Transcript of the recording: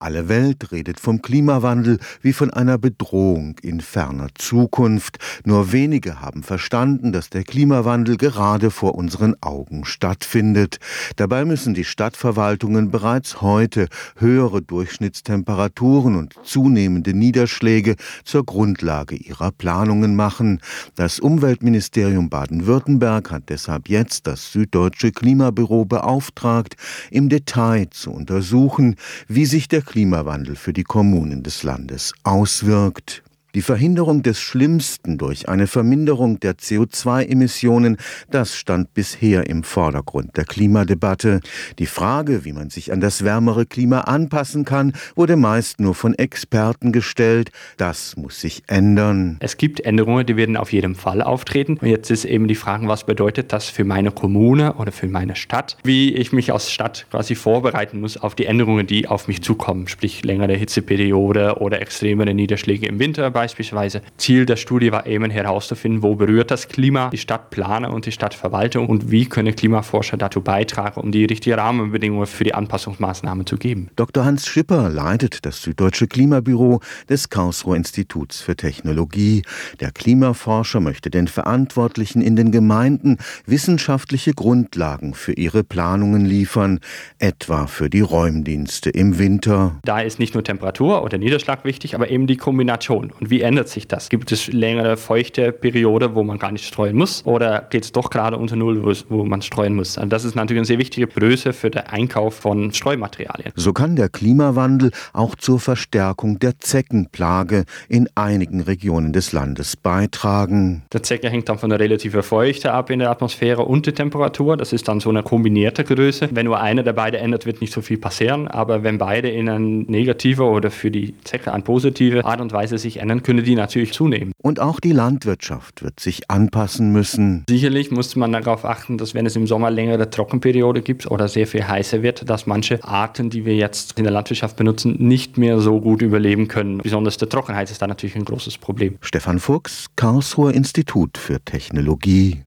Alle Welt redet vom Klimawandel wie von einer Bedrohung in ferner Zukunft. Nur wenige haben verstanden, dass der Klimawandel gerade vor unseren Augen stattfindet. Dabei müssen die Stadtverwaltungen bereits heute höhere Durchschnittstemperaturen und zunehmende Niederschläge zur Grundlage ihrer Planungen machen. Das Umweltministerium Baden-Württemberg hat deshalb jetzt das Süddeutsche Klimabüro beauftragt, im Detail zu untersuchen, wie sich der Klimawandel für die Kommunen des Landes auswirkt. Die Verhinderung des Schlimmsten durch eine Verminderung der CO2-Emissionen, das stand bisher im Vordergrund der Klimadebatte. Die Frage, wie man sich an das wärmere Klima anpassen kann, wurde meist nur von Experten gestellt. Das muss sich ändern. Es gibt Änderungen, die werden auf jeden Fall auftreten. Und jetzt ist eben die Frage, was bedeutet das für meine Kommune oder für meine Stadt? Wie ich mich als Stadt quasi vorbereiten muss auf die Änderungen, die auf mich zukommen. Sprich längere Hitzeperiode oder extremere Niederschläge im Winter beispielsweise. Ziel der Studie war eben herauszufinden, wo berührt das Klima die Stadtplaner und die Stadtverwaltung und wie können Klimaforscher dazu beitragen, um die richtigen Rahmenbedingungen für die Anpassungsmaßnahmen zu geben. Dr. Hans Schipper leitet das Süddeutsche Klimabüro des Karlsruher Instituts für Technologie. Der Klimaforscher möchte den Verantwortlichen in den Gemeinden wissenschaftliche Grundlagen für ihre Planungen liefern, etwa für die Räumdienste im Winter. Da ist nicht nur Temperatur oder Niederschlag wichtig, aber eben die Kombination. Und wie ändert sich das? Gibt es längere feuchte Periode, wo man gar nicht streuen muss? Oder geht es doch gerade unter Null, wo man streuen muss? Also das ist natürlich eine sehr wichtige Größe für den Einkauf von Streumaterialien. So kann der Klimawandel auch zur Verstärkung der Zeckenplage in einigen Regionen des Landes beitragen. Der Zecke hängt dann von der relativen Feuchte ab in der Atmosphäre und der Temperatur. Das ist dann so eine kombinierte Größe. Wenn nur eine der beiden ändert, wird nicht so viel passieren. Aber wenn beide in eine negative oder für die Zecke eine positive Art und Weise sich ändern, können die natürlich zunehmen. Und auch die Landwirtschaft wird sich anpassen müssen. Sicherlich muss man darauf achten, dass wenn es im Sommer längere Trockenperiode gibt oder sehr viel heißer wird, dass manche Arten, die wir jetzt in der Landwirtschaft benutzen, nicht mehr so gut überleben können. Besonders die Trockenheit ist da natürlich ein großes Problem. Stefan Fuchs, Karlsruher Institut für Technologie.